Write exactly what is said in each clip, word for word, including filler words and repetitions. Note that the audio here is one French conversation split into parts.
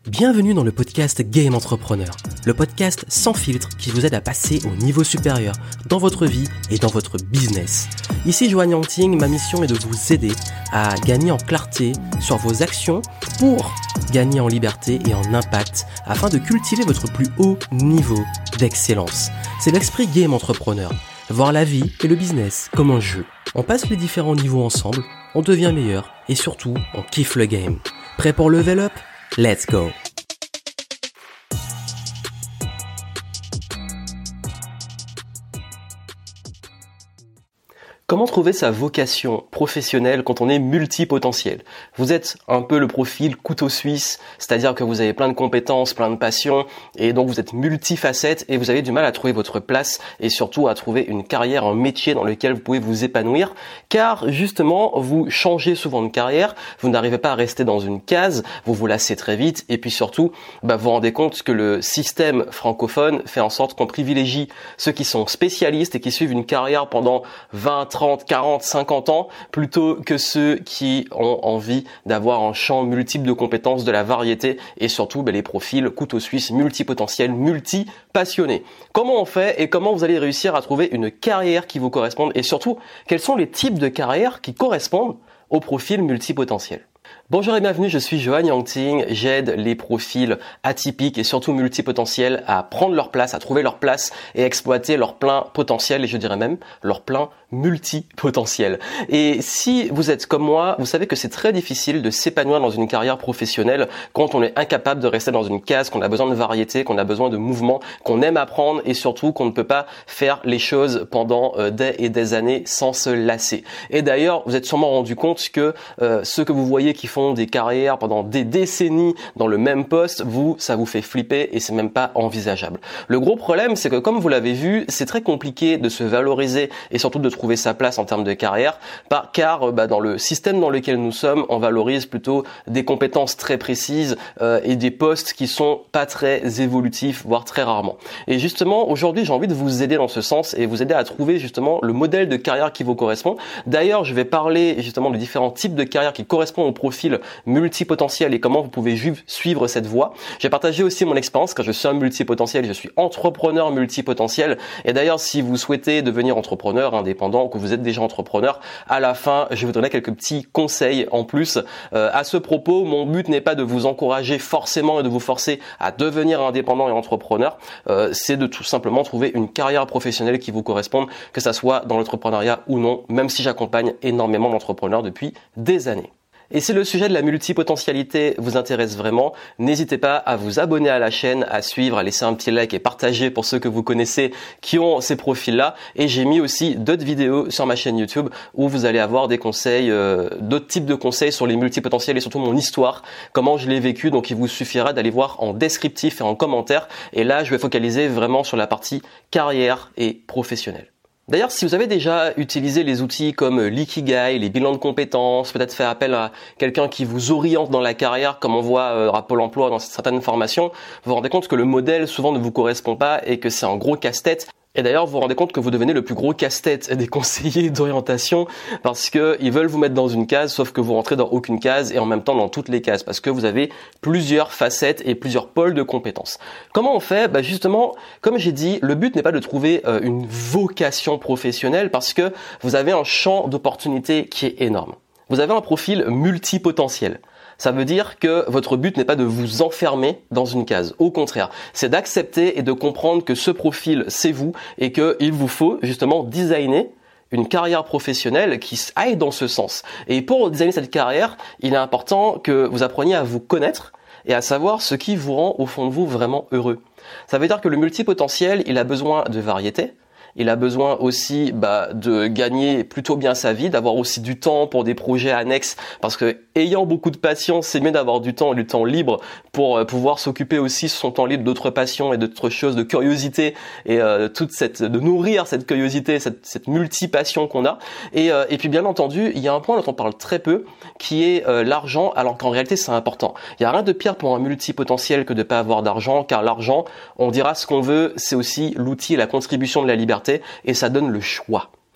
Bienvenue dans le podcast Game Entrepreneur, le podcast sans filtre qui vous aide à passer au niveau supérieur dans votre vie et dans votre business. Ici Johan Yangting, ma mission est de vous aider à gagner en clarté sur vos actions pour gagner en liberté et en impact afin de cultiver votre plus haut niveau d'excellence. C'est l'esprit Game Entrepreneur, voir la vie et le business comme un jeu. On passe les différents niveaux ensemble, on devient meilleur et surtout on kiffe le game. Prêt pour level up ? Let's go! Comment trouver sa vocation professionnelle quand on est multipotentiel ? Vous êtes un peu le profil couteau suisse, c'est-à-dire que vous avez plein de compétences, plein de passions, et donc vous êtes multifacette et vous avez du mal à trouver votre place et surtout à trouver une carrière, un métier dans lequel vous pouvez vous épanouir, car justement vous changez souvent de carrière, vous n'arrivez pas à rester dans une case, vous vous lassez très vite et puis surtout bah, vous vous rendez compte que le système francophone fait en sorte qu'on privilégie ceux qui sont spécialistes et qui suivent une carrière pendant vingt, trente, quarante, cinquante ans plutôt que ceux qui ont envie d'avoir un champ multiple de compétences, de la variété et surtout ben, les profils couteau suisse multipotentiels, multi-passionnés. Comment on fait et comment vous allez réussir à trouver une carrière qui vous corresponde et surtout quels sont les types de carrières qui correspondent au profil multipotentiel. Bonjour et bienvenue, je suis Johan Yangting, j'aide les profils atypiques et surtout multipotentiels à prendre leur place, à trouver leur place et exploiter leur plein potentiel et je dirais même leur plein multipotentiel. Et si vous êtes comme moi, vous savez que c'est très difficile de s'épanouir dans une carrière professionnelle quand on est incapable de rester dans une case, qu'on a besoin de variété, qu'on a besoin de mouvement, qu'on aime apprendre et surtout qu'on ne peut pas faire les choses pendant euh, des et des années sans se lasser. Et d'ailleurs, vous êtes sûrement rendu compte que euh, ceux que vous voyez qui font des carrières pendant des décennies dans le même poste, vous, ça vous fait flipper et c'est même pas envisageable. Le gros problème, c'est que comme vous l'avez vu, c'est très compliqué de se valoriser et surtout de trouver sa place en termes de carrière, car bah, dans le système dans lequel nous sommes, on valorise plutôt des compétences très précises euh, et des postes qui sont pas très évolutifs, voire très rarement. Et justement, aujourd'hui, j'ai envie de vous aider dans ce sens et vous aider à trouver justement le modèle de carrière qui vous correspond. D'ailleurs, je vais parler justement de différents types de carrières qui correspondent au profil multipotentiel et comment vous pouvez ju- suivre cette voie. J'ai partagé aussi mon expérience car je suis un multipotentiel, je suis entrepreneur multipotentiel. Et d'ailleurs, si vous souhaitez devenir entrepreneur indépendant ou que vous êtes déjà entrepreneur, à la fin, je vais vous donner quelques petits conseils en plus. Euh, à ce propos, mon but n'est pas de vous encourager forcément et de vous forcer à devenir indépendant et entrepreneur. Euh, c'est de tout simplement trouver une carrière professionnelle qui vous corresponde, que ça soit dans l'entrepreneuriat ou non, même si j'accompagne énormément d'entrepreneurs depuis des années. Et si le sujet de la multipotentialité vous intéresse vraiment, n'hésitez pas à vous abonner à la chaîne, à suivre, à laisser un petit like et partager pour ceux que vous connaissez qui ont ces profils-là. Et j'ai mis aussi d'autres vidéos sur ma chaîne YouTube où vous allez avoir des conseils, euh, d'autres types de conseils sur les multipotentiels et surtout mon histoire, comment je l'ai vécu. Donc il vous suffira d'aller voir en descriptif et en commentaire. Et là, je vais focaliser vraiment sur la partie carrière et professionnelle. D'ailleurs, si vous avez déjà utilisé les outils comme l'Ikigai, les bilans de compétences, peut-être fait appel à quelqu'un qui vous oriente dans la carrière, comme on voit euh, à Pôle emploi dans certaines formations, vous vous rendez compte que le modèle souvent ne vous correspond pas et que c'est un gros casse-tête. Et d'ailleurs, vous vous rendez compte que vous devenez le plus gros casse-tête des conseillers d'orientation parce que ils veulent vous mettre dans une case, sauf que vous rentrez dans aucune case et en même temps dans toutes les cases parce que vous avez plusieurs facettes et plusieurs pôles de compétences. Comment on fait ? Bah justement, comme j'ai dit, le but n'est pas de trouver euh, une vocation professionnelle parce que vous avez un champ d'opportunités qui est énorme. Vous avez un profil multipotentiel. Ça veut dire que votre but n'est pas de vous enfermer dans une case. Au contraire, c'est d'accepter et de comprendre que ce profil, c'est vous et qu'il vous faut justement designer une carrière professionnelle qui aille dans ce sens. Et pour designer cette carrière, il est important que vous appreniez à vous connaître et à savoir ce qui vous rend au fond de vous vraiment heureux. Ça veut dire que le multipotentiel, il a besoin de variété. Il a besoin aussi bah, de gagner plutôt bien sa vie, d'avoir aussi du temps pour des projets annexes, parce que ayant beaucoup de passion, c'est mieux d'avoir du temps, du temps libre pour euh, pouvoir s'occuper aussi son temps libre d'autres passions et d'autres choses, de curiosité et euh, toute cette, de nourrir cette curiosité, cette, cette multi-passion qu'on a. Et, euh, et puis bien entendu, il y a un point dont on parle très peu, qui est euh, l'argent, alors qu'en réalité c'est important. Il y a rien de pire pour un multipotentiel que de pas avoir d'argent, car l'argent, on dira ce qu'on veut, c'est aussi l'outil et la contribution de la liberté, et ça donne le choix.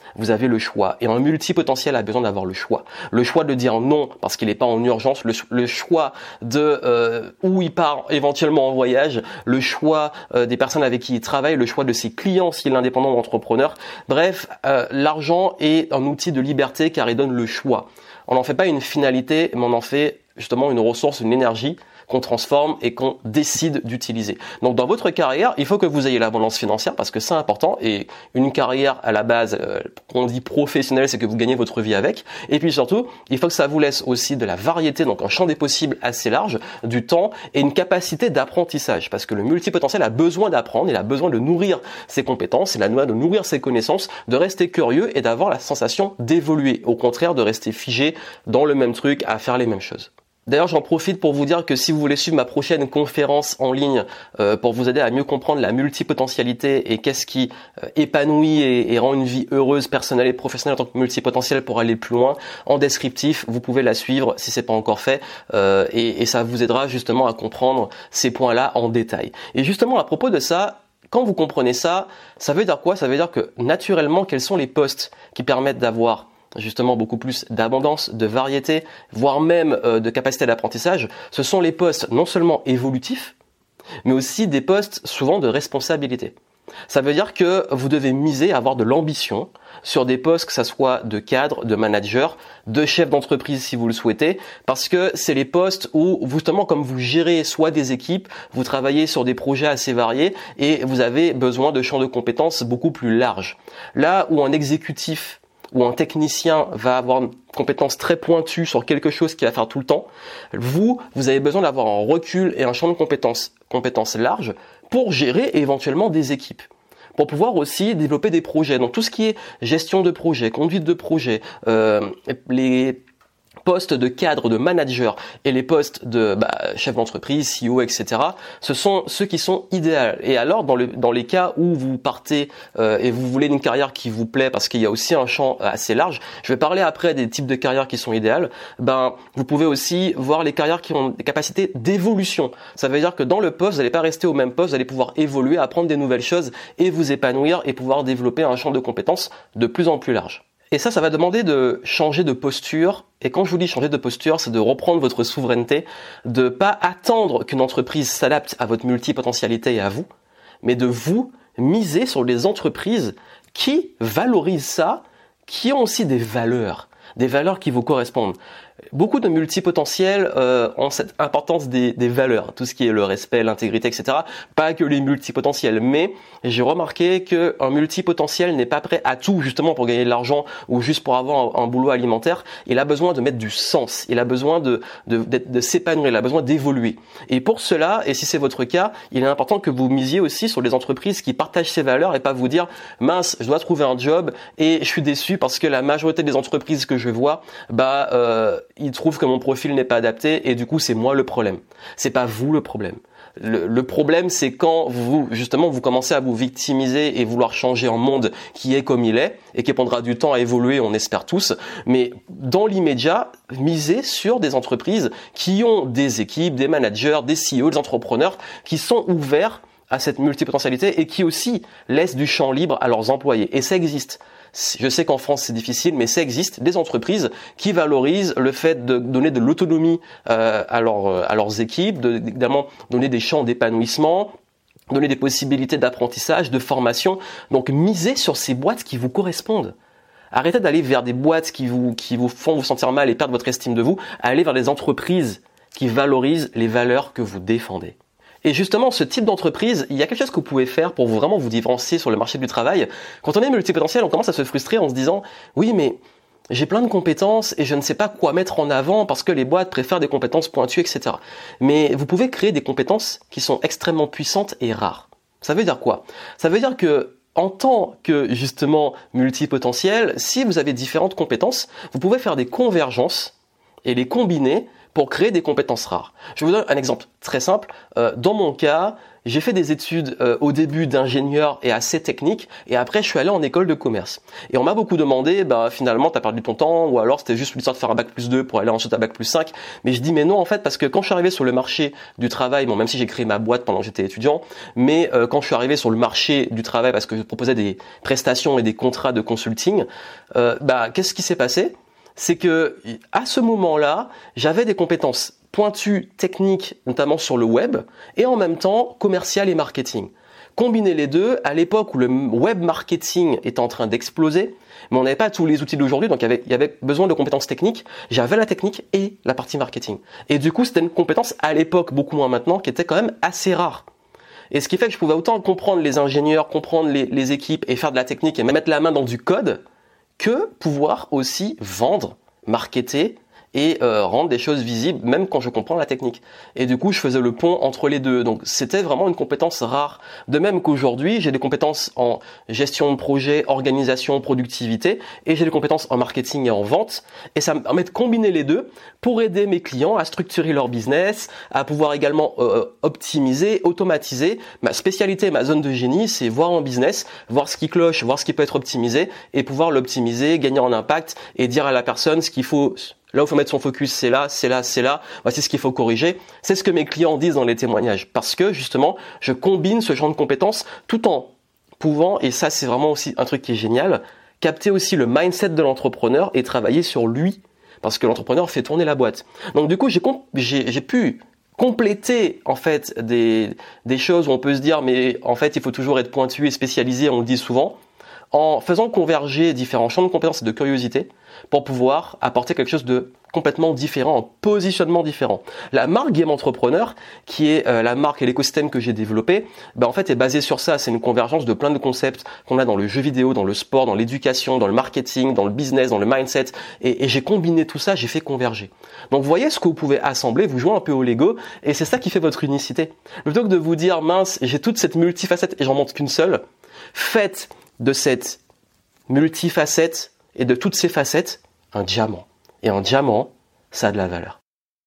vous avez le choix. Et un multipotentiel a besoin d'avoir le choix. Le choix de dire non parce qu'il n'est pas en urgence, le, le choix de euh, où il part éventuellement en voyage, le choix euh, des personnes avec qui il travaille, le choix de ses clients s'il est indépendant ou entrepreneur. Bref, euh, l'argent est un outil de liberté car il donne le choix. On n'en fait pas une finalité, mais on en fait justement une ressource, une énergie qu'on transforme et qu'on décide d'utiliser. Donc dans votre carrière, il faut que vous ayez l'abondance financière parce que c'est important et une carrière à la base, euh, qu'on dit professionnelle, c'est que vous gagnez votre vie avec. Et puis surtout, il faut que ça vous laisse aussi de la variété, donc un champ des possibles assez large, du temps et une capacité d'apprentissage parce que le multipotentiel a besoin d'apprendre, il a besoin de nourrir ses compétences, il a besoin de nourrir ses connaissances, de rester curieux et d'avoir la sensation d'évoluer, au contraire de rester figé dans le même truc à faire les mêmes choses. D'ailleurs, j'en profite pour vous dire que si vous voulez suivre ma prochaine conférence en ligne euh, pour vous aider à mieux comprendre la multipotentialité et qu'est-ce qui euh, épanouit et, et rend une vie heureuse, personnelle et professionnelle en tant que multipotentiel pour aller plus loin, en descriptif, vous pouvez la suivre si c'est pas encore fait euh, et, et ça vous aidera justement à comprendre ces points-là en détail. Et justement, à propos de ça, quand vous comprenez ça, ça veut dire quoi? Ça veut dire que naturellement, quels sont les postes qui permettent d'avoir justement beaucoup plus d'abondance, de variété, voire même euh, de capacité d'apprentissage, ce sont les postes non seulement évolutifs, mais aussi des postes souvent de responsabilité. Ça veut dire que vous devez miser, avoir de l'ambition sur des postes, que ça soit de cadre, de manager, de chef d'entreprise si vous le souhaitez, parce que c'est les postes où, justement, comme vous gérez soit des équipes, vous travaillez sur des projets assez variés et vous avez besoin de champs de compétences beaucoup plus larges. Là où un exécutif où un technicien va avoir une compétence très pointue sur quelque chose qu'il va faire tout le temps, vous, vous avez besoin d'avoir un recul et un champ de compétences, compétences larges pour gérer éventuellement des équipes, pour pouvoir aussi développer des projets. Donc tout ce qui est gestion de projet, conduite de projet, euh, les postes de cadre, de manager et les postes de bah, chef d'entreprise, C E O, et cetera. Ce sont ceux qui sont idéaux. Et alors, dans, le, dans les cas où vous partez euh, et vous voulez une carrière qui vous plaît, parce qu'il y a aussi un champ assez large, je vais parler après des types de carrières qui sont idéales, ben, vous pouvez aussi voir les carrières qui ont des capacités d'évolution. Ça veut dire que dans le poste, vous n'allez pas rester au même poste, vous allez pouvoir évoluer, apprendre des nouvelles choses et vous épanouir et pouvoir développer un champ de compétences de plus en plus large. Et ça, ça va demander de changer de posture. Et quand je vous dis changer de posture, c'est de reprendre votre souveraineté, de pas attendre qu'une entreprise s'adapte à votre multipotentialité et à vous, mais de vous miser sur les entreprises qui valorisent ça, qui ont aussi des valeurs, des valeurs qui vous correspondent. Beaucoup de multipotentiels euh, ont cette importance des, des valeurs, tout ce qui est le respect, l'intégrité, et cetera. Pas que les multipotentiels, mais j'ai remarqué qu'un multipotentiel n'est pas prêt à tout justement pour gagner de l'argent ou juste pour avoir un, un boulot alimentaire. Il a besoin de mettre du sens, il a besoin de, de, de, de s'épanouir, il a besoin d'évoluer. Et pour cela, et si c'est votre cas, il est important que vous misiez aussi sur les entreprises qui partagent ces valeurs et pas vous dire « mince, je dois trouver un job et je suis déçu parce que la majorité des entreprises que je vois, bah euh, ils trouvent que mon profil n'est pas adapté et du coup c'est moi le problème. C'est pas vous le problème. Le, le problème c'est quand vous justement vous commencez à vous victimiser et vouloir changer un monde qui est comme il est et qui prendra du temps à évoluer, on espère tous. Mais dans l'immédiat, misez sur des entreprises qui ont des équipes, des managers, des C E O, des entrepreneurs qui sont ouverts à cette multipotentialité et qui aussi laissent du champ libre à leurs employés. Et ça existe. Je sais qu'en France c'est difficile, mais ça existe, des entreprises qui valorisent le fait de donner de l'autonomie euh, à, leur, à leurs équipes, de, évidemment donner des champs d'épanouissement, donner des possibilités d'apprentissage, de formation. Donc misez sur ces boîtes qui vous correspondent. Arrêtez d'aller vers des boîtes qui vous, qui vous font vous sentir mal et perdre votre estime de vous. Allez vers des entreprises qui valorisent les valeurs que vous défendez. Et justement, ce type d'entreprise, il y a quelque chose que vous pouvez faire pour vraiment vous différencier sur le marché du travail. Quand on est multipotentiel, on commence à se frustrer en se disant « oui, mais j'ai plein de compétences et je ne sais pas quoi mettre en avant parce que les boîtes préfèrent des compétences pointues, et cetera » Mais vous pouvez créer des compétences qui sont extrêmement puissantes et rares. Ça veut dire quoi? Ça veut dire que en tant que justement multipotentiel, si vous avez différentes compétences, vous pouvez faire des convergences et les combiner pour créer des compétences rares. Je vous donne un exemple très simple. Euh, dans mon cas, j'ai fait des études euh, au début d'ingénieur et assez techniques, et après je suis allé en école de commerce. Et on m'a beaucoup demandé, bah finalement t'as perdu ton temps, ou alors c'était juste l'histoire de faire un bac plus deux pour aller ensuite à bac plus cinq. Mais je dis mais non en fait, parce que quand je suis arrivé sur le marché du travail, bon même si j'ai créé ma boîte pendant que j'étais étudiant, mais euh, quand je suis arrivé sur le marché du travail parce que je proposais des prestations et des contrats de consulting, euh, bah qu'est-ce qui s'est passé ? C'est que à ce moment-là, j'avais des compétences pointues techniques, notamment sur le web, et en même temps commercial et marketing. Combiner les deux, à l'époque où le web marketing était en train d'exploser, mais on n'avait pas tous les outils d'aujourd'hui, donc il y avait, il y avait besoin de compétences techniques. J'avais la technique et la partie marketing. Et du coup, c'était une compétence à l'époque, beaucoup moins maintenant, qui était quand même assez rare. Et ce qui fait que je pouvais autant comprendre les ingénieurs, comprendre les, les équipes et faire de la technique et même mettre la main dans du code, que pouvoir aussi vendre, marketer et euh, rendre des choses visibles, même quand je comprends la technique. Et du coup, je faisais le pont entre les deux. Donc, c'était vraiment une compétence rare. De même qu'aujourd'hui, j'ai des compétences en gestion de projet, organisation, productivité, et j'ai des compétences en marketing et en vente. Et ça me permet de combiner les deux pour aider mes clients à structurer leur business, à pouvoir également euh, optimiser, automatiser. Ma spécialité, ma zone de génie, c'est voir en business, voir ce qui cloche, voir ce qui peut être optimisé, et pouvoir l'optimiser, gagner en impact, et dire à la personne ce qu'il faut... Là où il faut mettre son focus, c'est là, c'est là, c'est là. Voici ce qu'il faut corriger. C'est ce que mes clients disent dans les témoignages. Parce que, justement, je combine ce genre de compétences tout en pouvant, et ça, c'est vraiment aussi un truc qui est génial, capter aussi le mindset de l'entrepreneur et travailler sur lui. Parce que l'entrepreneur fait tourner la boîte. Donc, du coup, j'ai, j'ai, j'ai pu compléter, en fait, des, des choses où on peut se dire, mais en fait, il faut toujours être pointu et spécialisé, on le dit souvent, en faisant converger différents champs de compétences et de curiosité pour pouvoir apporter quelque chose de complètement différent, un positionnement différent. La marque Game Entrepreneur, qui est euh, la marque et l'écosystème que j'ai développé, ben en fait est basée sur ça. C'est une convergence de plein de concepts qu'on a dans le jeu vidéo, dans le sport, dans l'éducation, dans le marketing, dans le business, dans le mindset. Et, et j'ai combiné tout ça, j'ai fait converger. Donc vous voyez ce que vous pouvez assembler, vous jouez un peu au Lego, et c'est ça qui fait votre unicité. Plutôt que de vous dire, mince, j'ai toute cette multifacette et j'en montre qu'une seule, faites de cette multifacette et de toutes ces facettes un diamant. Et un diamant, ça a de la valeur.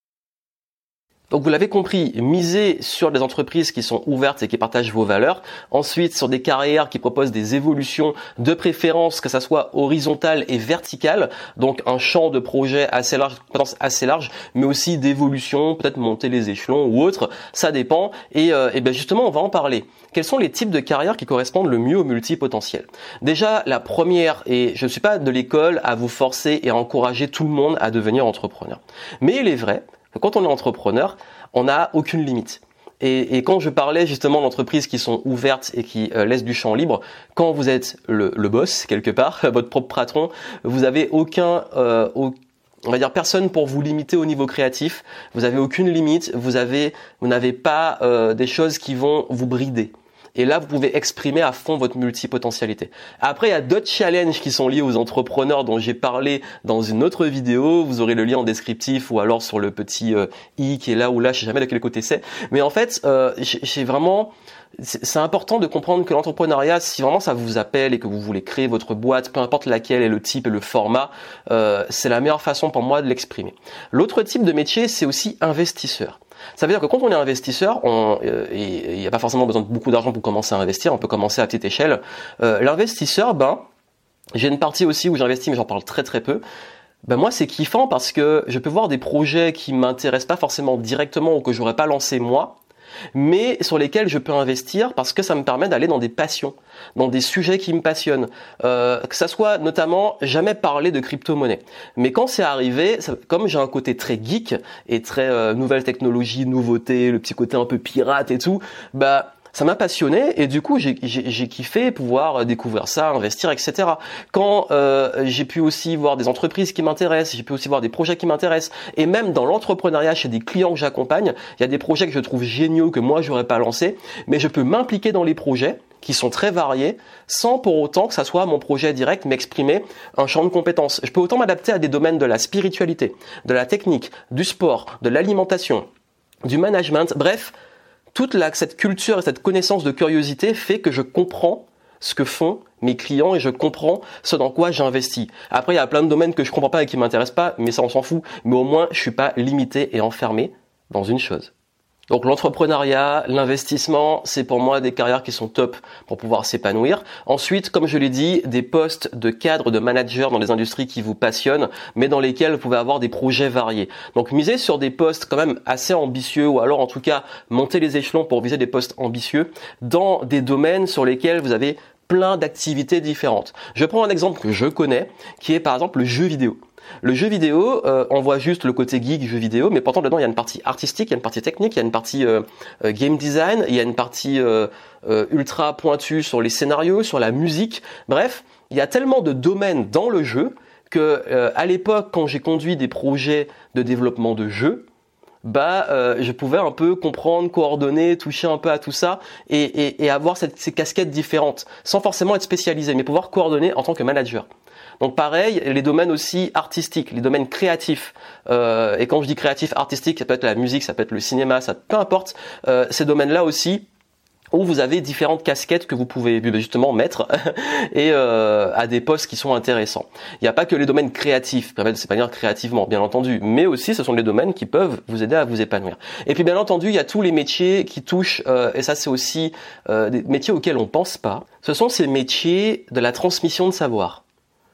Donc vous l'avez compris, misez sur des entreprises qui sont ouvertes et qui partagent vos valeurs. Ensuite, sur des carrières qui proposent des évolutions de préférence, que ça soit horizontale et verticale. Donc un champ de projet assez large, assez large, mais aussi d'évolution, peut-être monter les échelons ou autre. Ça dépend. Et, euh, et bien justement, on va en parler. Quels sont les types de carrières qui correspondent le mieux au multipotentiel ? Déjà, la première, et je ne suis pas de l'école à vous forcer et à encourager tout le monde à devenir entrepreneur. Mais il est vrai, quand on est entrepreneur, on n'a aucune limite. Et, et quand je parlais justement d'entreprises qui sont ouvertes et qui euh, laissent du champ libre, quand vous êtes le, le boss quelque part, votre propre patron, vous avez aucun, euh, au, on va dire personne pour vous limiter au niveau créatif. Vous avez aucune limite. Vous avez, vous n'avez pas euh, des choses qui vont vous brider. Et là, vous pouvez exprimer à fond votre multipotentialité. Après, il y a d'autres challenges qui sont liés aux entrepreneurs dont j'ai parlé dans une autre vidéo. Vous aurez le lien en descriptif ou alors sur le petit euh, i qui est là ou là. Je sais jamais de quel côté c'est. Mais en fait, euh, j'ai vraiment... c'est important de comprendre que l'entrepreneuriat, si vraiment ça vous appelle et que vous voulez créer votre boîte, peu importe laquelle est le type et le format, euh, c'est la meilleure façon pour moi de l'exprimer. L'autre type de métier, c'est aussi investisseur. Ça veut dire que quand on est investisseur, on, euh, et il n'y a pas forcément besoin de beaucoup d'argent pour commencer à investir, on peut commencer à petite échelle. Euh, l'investisseur, ben, j'ai une partie aussi où j'investis, mais j'en parle très très peu. Ben moi, c'est kiffant parce que je peux voir des projets qui m'intéressent pas forcément directement ou que j'aurais pas lancé moi, mais sur lesquels je peux investir parce que ça me permet d'aller dans des passions, dans des sujets qui me passionnent. Euh, que ça soit notamment jamais parler de crypto-monnaie. Mais quand c'est arrivé, ça, comme j'ai un côté très geek et très euh, nouvelle technologie, nouveauté, le petit côté un peu pirate et tout, bah ça m'a passionné et du coup j'ai, j'ai, j'ai kiffé pouvoir découvrir ça, investir, et cetera. Quand euh, j'ai pu aussi voir des entreprises qui m'intéressent, j'ai pu aussi voir des projets qui m'intéressent et même dans l'entrepreneuriat chez des clients que j'accompagne, il y a des projets que je trouve géniaux que moi j'aurais pas lancé, mais je peux m'impliquer dans les projets qui sont très variés sans pour autant que ça soit mon projet direct m'exprimer un champ de compétences. Je peux autant m'adapter à des domaines de la spiritualité, de la technique, du sport, de l'alimentation, du management, bref. Toute la, cette culture et cette connaissance de curiosité fait que je comprends ce que font mes clients et je comprends ce dans quoi j'investis. Après, il y a plein de domaines que je comprends pas et qui m'intéressent pas, mais ça on s'en fout. Mais au moins, je suis pas limité et enfermé dans une chose. Donc l'entrepreneuriat, l'investissement, c'est pour moi des carrières qui sont top pour pouvoir s'épanouir. Ensuite, comme je l'ai dit, des postes de cadre, de manager dans les industries qui vous passionnent, mais dans lesquels vous pouvez avoir des projets variés. Donc misez sur des postes quand même assez ambitieux, ou alors en tout cas monter les échelons pour viser des postes ambitieux dans des domaines sur lesquels vous avez plein d'activités différentes. Je prends un exemple que je connais, qui est par exemple le jeu vidéo. Le jeu vidéo, euh, on voit juste le côté geek jeu vidéo, mais pourtant dedans il y a une partie artistique, il y a une partie technique, il y a une partie euh, euh, game design, il y a une partie euh, euh, ultra pointue sur les scénarios, sur la musique. Bref, il y a tellement de domaines dans le jeu que euh, à l'époque, quand j'ai conduit des projets de développement de jeux, bah euh, je pouvais un peu comprendre, coordonner, toucher un peu à tout ça et, et, et avoir cette, ces casquettes différentes, sans forcément être spécialisé, mais pouvoir coordonner en tant que manager. Donc pareil, les domaines aussi artistiques, les domaines créatifs. Euh, et quand je dis créatif, artistique, ça peut être la musique, ça peut être le cinéma, ça peu importe. Euh, ces domaines-là aussi, où vous avez différentes casquettes que vous pouvez justement mettre et euh, à des postes qui sont intéressants. Il n'y a pas que les domaines créatifs, permettent de s'épanouir créativement, bien entendu, mais aussi ce sont les domaines qui peuvent vous aider à vous épanouir. Et puis bien entendu, il y a tous les métiers qui touchent, euh, et ça c'est aussi euh, des métiers auxquels on pense pas. Ce sont ces métiers de la transmission de savoir.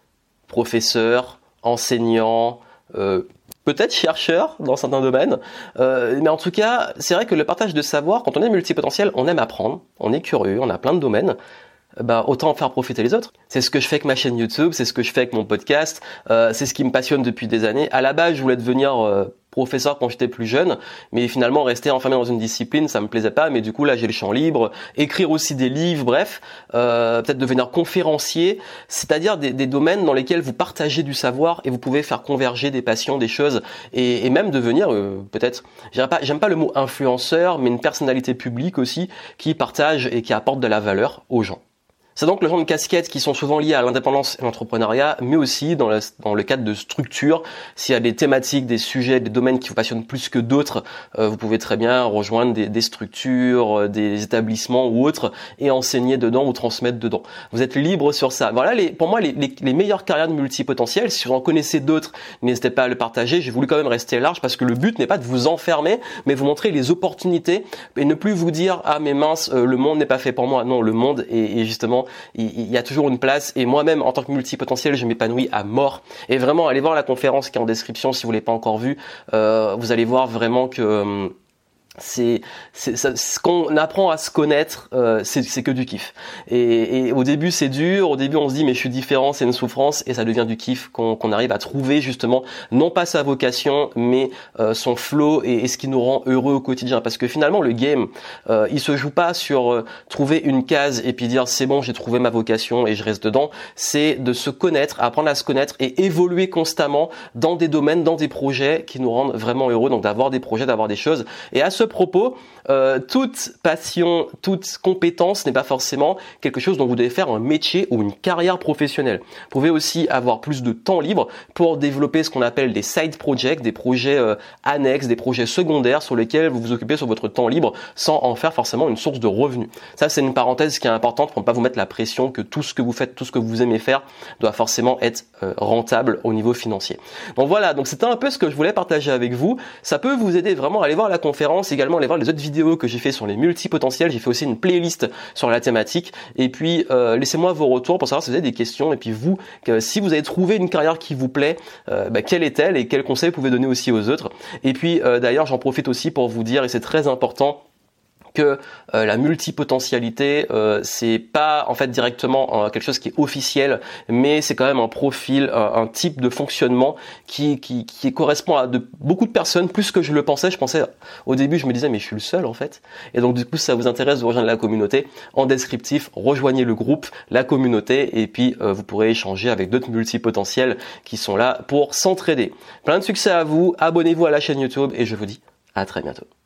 Professeur, enseignant, euh, peut-être chercheur dans certains domaines, euh, mais en tout cas, c'est vrai que le partage de savoir, quand on est multipotentiel, on aime apprendre, on est curieux, on a plein de domaines, bah, autant en faire profiter les autres. C'est ce que je fais avec ma chaîne YouTube, c'est ce que je fais avec mon podcast, euh, c'est ce qui me passionne depuis des années. À la base, je voulais devenir euh, professeur quand j'étais plus jeune, mais finalement rester enfermé dans une discipline, ça me plaisait pas, mais du coup là j'ai le champ libre, écrire aussi des livres, bref, euh, peut-être devenir conférencier, c'est-à-dire des, des domaines dans lesquels vous partagez du savoir et vous pouvez faire converger des passions, des choses, et, et même devenir euh, peut-être, j'aime pas, j'aime pas le mot influenceur, mais une personnalité publique aussi qui partage et qui apporte de la valeur aux gens. C'est donc le genre de casquettes qui sont souvent liées à l'indépendance et l'entrepreneuriat, mais aussi dans le, dans le cadre de structures. S'il y a des thématiques, des sujets, des domaines qui vous passionnent plus que d'autres, euh, vous pouvez très bien rejoindre des, des structures, des établissements ou autres et enseigner dedans ou transmettre dedans. Vous êtes libre sur ça. Voilà, les, pour moi, les, les, les meilleures carrières de multipotentiels. Si vous en connaissez d'autres, n'hésitez pas à le partager. J'ai voulu quand même rester large parce que le but n'est pas de vous enfermer, mais vous montrer les opportunités et ne plus vous dire « Ah mais mince, euh, le monde n'est pas fait pour moi ». Non, le monde est, est justement il y a toujours une place et moi-même en tant que multipotentiel je m'épanouis à mort et vraiment allez voir la conférence qui est en description si vous l'avez pas encore vue, euh, vous allez voir vraiment que euh, c'est, c'est ça, ce qu'on apprend à se connaître, euh, c'est, c'est que du kiff. Et, et au début c'est dur, au début on se dit mais je suis différent, c'est une souffrance, et ça devient du kiff qu'on, qu'on arrive à trouver justement non pas sa vocation mais euh, son flow et, et ce qui nous rend heureux au quotidien. Parce que finalement le game, euh, il se joue pas sur euh, trouver une case et puis dire c'est bon j'ai trouvé ma vocation et je reste dedans. C'est de se connaître, apprendre à se connaître et évoluer constamment dans des domaines, dans des projets qui nous rendent vraiment heureux. Donc d'avoir des projets, d'avoir des choses. Et à ce propos, euh, toute passion, toute compétence n'est pas forcément quelque chose dont vous devez faire un métier ou une carrière professionnelle. Vous pouvez aussi avoir plus de temps libre pour développer ce qu'on appelle des side projects, des projets euh, annexes, des projets secondaires sur lesquels vous vous occupez sur votre temps libre sans en faire forcément une source de revenus. Ça, c'est une parenthèse qui est importante pour ne pas vous mettre la pression que tout ce que vous faites, tout ce que vous aimez faire doit forcément être euh, rentable au niveau financier. Donc voilà, donc c'était un peu ce que je voulais partager avec vous. Ça peut vous aider vraiment à aller voir la conférence, également aller voir les autres vidéos que j'ai fait sur les multipotentiels. J'ai fait aussi une playlist sur la thématique. Et puis euh, laissez-moi vos retours pour savoir si vous avez des questions. Et puis vous, que, si vous avez trouvé une carrière qui vous plaît, euh, bah, quelle est-elle et quels conseils vous pouvez donner aussi aux autres. Et puis euh, d'ailleurs, j'en profite aussi pour vous dire, et c'est très important, que euh, la multipotentialité euh, c'est pas en fait directement euh, quelque chose qui est officiel, mais c'est quand même un profil, un, un type de fonctionnement qui, qui qui correspond à de beaucoup de personnes, plus que je le pensais. Je pensais au début, je me disais mais je suis le seul en fait. Et donc du coup, si ça vous intéresse de rejoindre la communauté, en descriptif, rejoignez le groupe, la communauté, et puis euh, vous pourrez échanger avec d'autres multipotentiels qui sont là pour s'entraider. Plein de succès à vous, abonnez-vous à la chaîne YouTube et je vous dis à très bientôt.